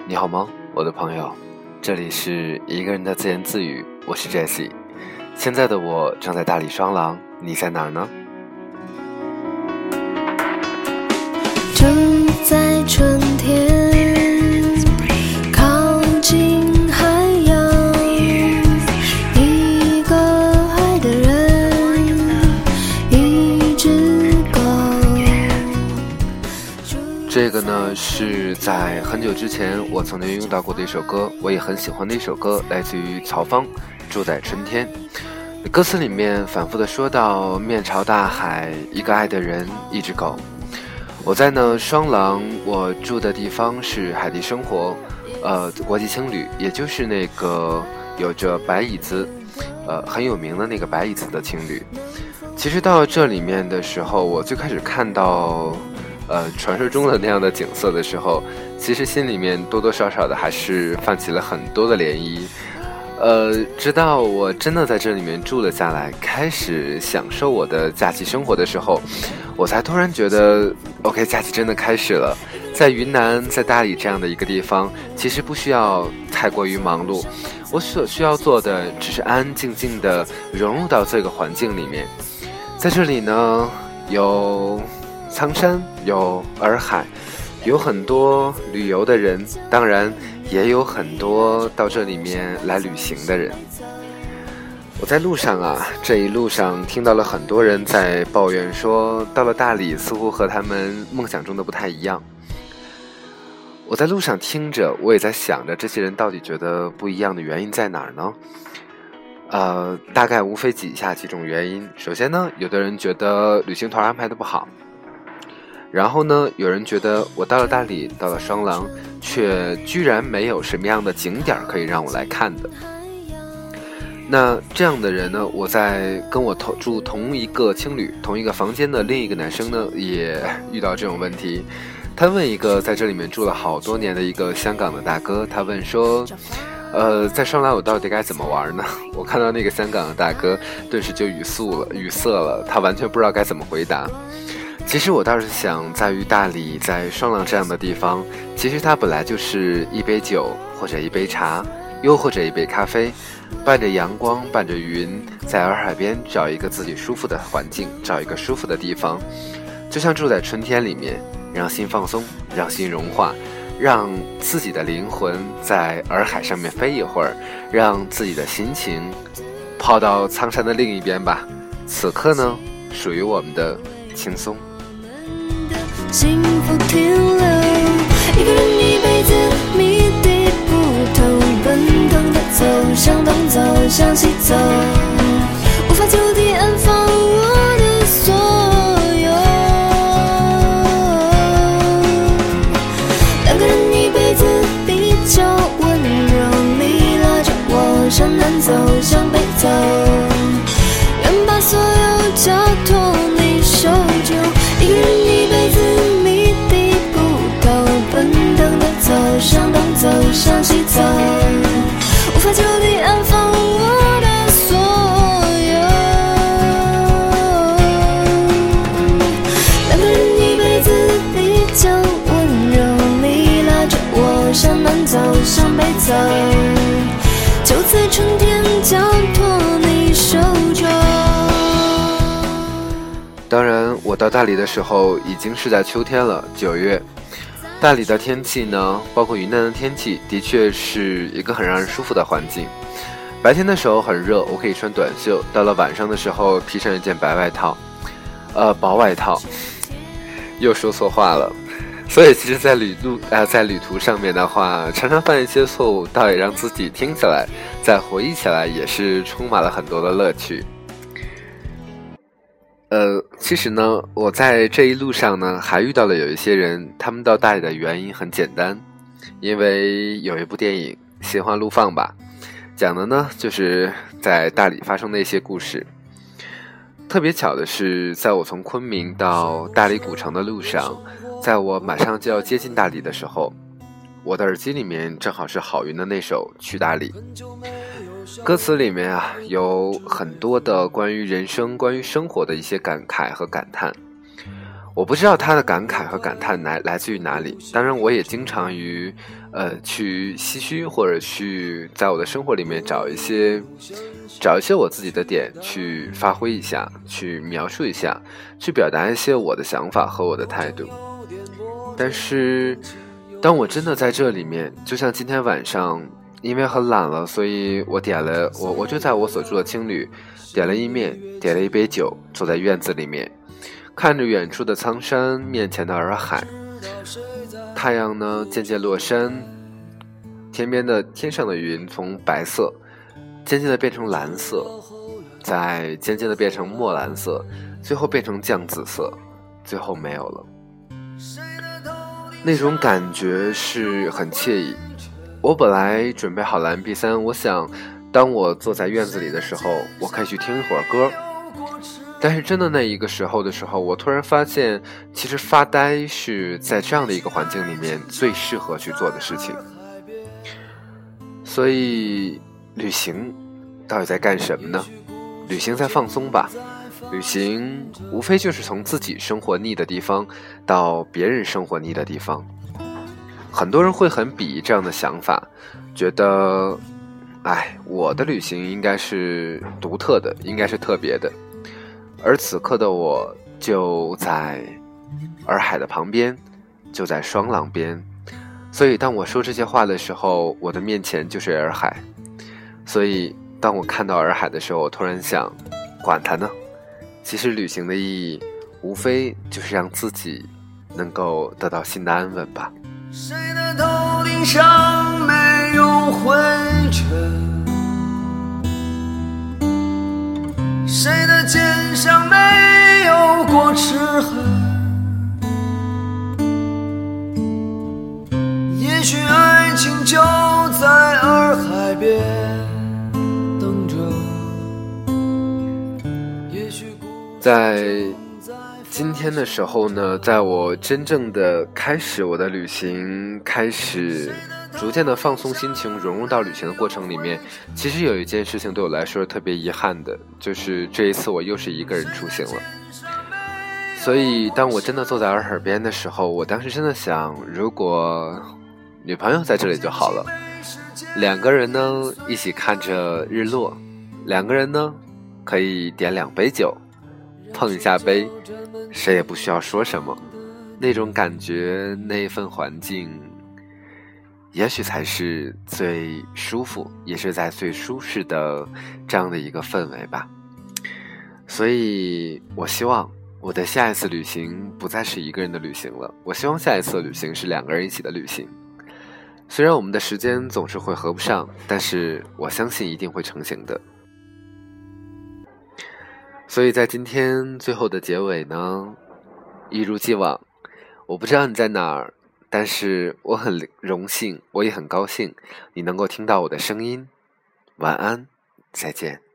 你好吗，我的朋友？这里是一个人的自言自语，我是 Jessie。现在的我正在大理双廊，你在哪儿呢？ 正在春天，靠近海洋，一个爱的人，一只狗。 这个呢是在很久之前我曾经用到过的一首歌，我也很喜欢的一首歌，来自于曹芳，住在春天。歌词里面反复的说到面朝大海，一个爱的人，一只狗。我在呢双廊，我住的地方是海地生活国际青旅，也就是那个有着白椅子很有名的那个白椅子的青旅。其实到这里面的时候，我最开始看到传说中的那样的景色的时候，其实心里面多多少少的还是泛起了很多的涟漪。直到我真的在这里面住了下来，开始享受我的假期生活的时候，我才突然觉得 OK， 假期真的开始了。在云南，在大理这样的一个地方，其实不需要太过于忙碌，我所需要做的只是安安静静的融入到这个环境里面。在这里呢，有苍山，有洱海，有很多旅游的人，当然也有很多到这里面来旅行的人。我在路上这一路上听到了很多人在抱怨说，到了大理似乎和他们梦想中的不太一样。我在路上听着，我也在想着这些人到底觉得不一样的原因在哪儿呢？大概无非以下几种原因。首先呢，有的人觉得旅行团安排的不好，然后呢，有人觉得我到了大理，到了双廊，却居然没有什么样的景点可以让我来看的。那这样的人呢，我在跟我住同一个青旅同一个房间的另一个男生呢，也遇到这种问题。他问一个在这里面住了好多年的一个香港的大哥，他问说在双廊我到底该怎么玩呢？我看到那个香港的大哥顿时就语塞了，他完全不知道该怎么回答。其实我倒是想，在于大理，在双廊这样的地方，其实它本来就是一杯酒，或者一杯茶，又或者一杯咖啡，伴着阳光，伴着云，在洱海边找一个自己舒服的环境，找一个舒服的地方，就像住在春天里面，让心放松，让心融化，让自己的灵魂在洱海上面飞一会儿，让自己的心情抛到苍山的另一边吧。此刻呢，属于我们的轻松。 幸福停留，一个人一辈子谜底不透，奔腾的走向东走向西走，无法就地安放我的所有。两个人一辈子比较温柔，你拉着我向南走向北走，愿把所有交托你手就，一个人一辈子谜底不透，奔腾的走向东走向西走，无法就地安放我的所有。两个人一辈子比较温柔，你拉着我向南走向北走，就在春天交托你手就。 当然我到大理的时候已经是在秋天了，9月。大理的天气呢，包括云南的天气，的确是一个很让人舒服的环境。白天的时候很热，我可以穿短袖，到了晚上的时候披上一件薄外套，又说错话了。所以其实在旅途上面的话，常常犯一些错误，倒也让自己听起来，再回忆起来也是充满了很多的乐趣。其实呢，我在这一路上呢，还遇到了有一些人，他们到大理的原因很简单，因为有一部电影《心花怒放》吧，讲的呢就是在大理发生的一些故事。特别巧的是，在我从昆明到大理古城的路上，在我马上就要接近大理的时候，我的耳机里面正好是郝云的那首《去大理》。歌词里面有很多的关于人生、关于生活的一些感慨和感叹。 我不知道他的感慨和感叹来自于哪里。当然我也经常于去唏嘘，或者去在我的生活里面找一些我自己的点去发挥一下，去描述一下，去表达一些我的想法和我的态度。但是当我真的在这里面，就像今天晚上因为很懒了，所以我就在我所住的青旅点了意面，点了一杯酒，坐在院子里面，看着远处的苍山，面前的洱海，太阳呢渐渐落山，天上的云从白色渐渐的变成蓝色，再渐渐的变成墨蓝色，最后变成酱紫色，最后没有了。那种感觉是很惬意。我本来准备好了 MP3， 我想当我坐在院子里的时候，我可以去听一会儿歌。但是真的那一个时候的时候，我突然发现其实发呆是在这样的一个环境里面最适合去做的事情。所以旅行到底在干什么呢？旅行在放松吧。旅行无非就是从自己生活腻的地方到别人生活腻的地方。很多人会很鄙夷这样的想法，觉得我的旅行应该是独特的，应该是特别的。而此刻的我就在洱海的旁边，就在双廊边，所以当我说这些话的时候，我的面前就是洱海。所以当我看到洱海的时候，我突然想，管它呢，其实旅行的意义无非就是让自己能够得到新的安稳吧。 谁的头顶上没有灰尘，谁的肩上没有过齿痕，也许爱情就在洱海边等着，也许在今天的时候呢，在我真正的开始我的旅行，开始逐渐的放松心情，融入到旅行的过程里面，其实有一件事情对我来说是特别遗憾的，就是这一次我又是一个人出行了。所以当我真的坐在洱海边的时候，我当时真的想，如果女朋友在这里就好了，两个人呢一起看着日落，两个人呢可以点2杯酒，碰一下杯，谁也不需要说什么，那种感觉，那份环境也许才是最舒服，也是在最舒适的这样的一个氛围吧。所以我希望我的下一次旅行不再是一个人的旅行了，我希望下一次的旅行是2个人一起的旅行。虽然我们的时间总是会合不上，但是我相信一定会成型的。所以在今天最后的结尾呢，一如既往，我不知道你在哪儿，但是我很荣幸，我也很高兴你能够听到我的声音。晚安，再见。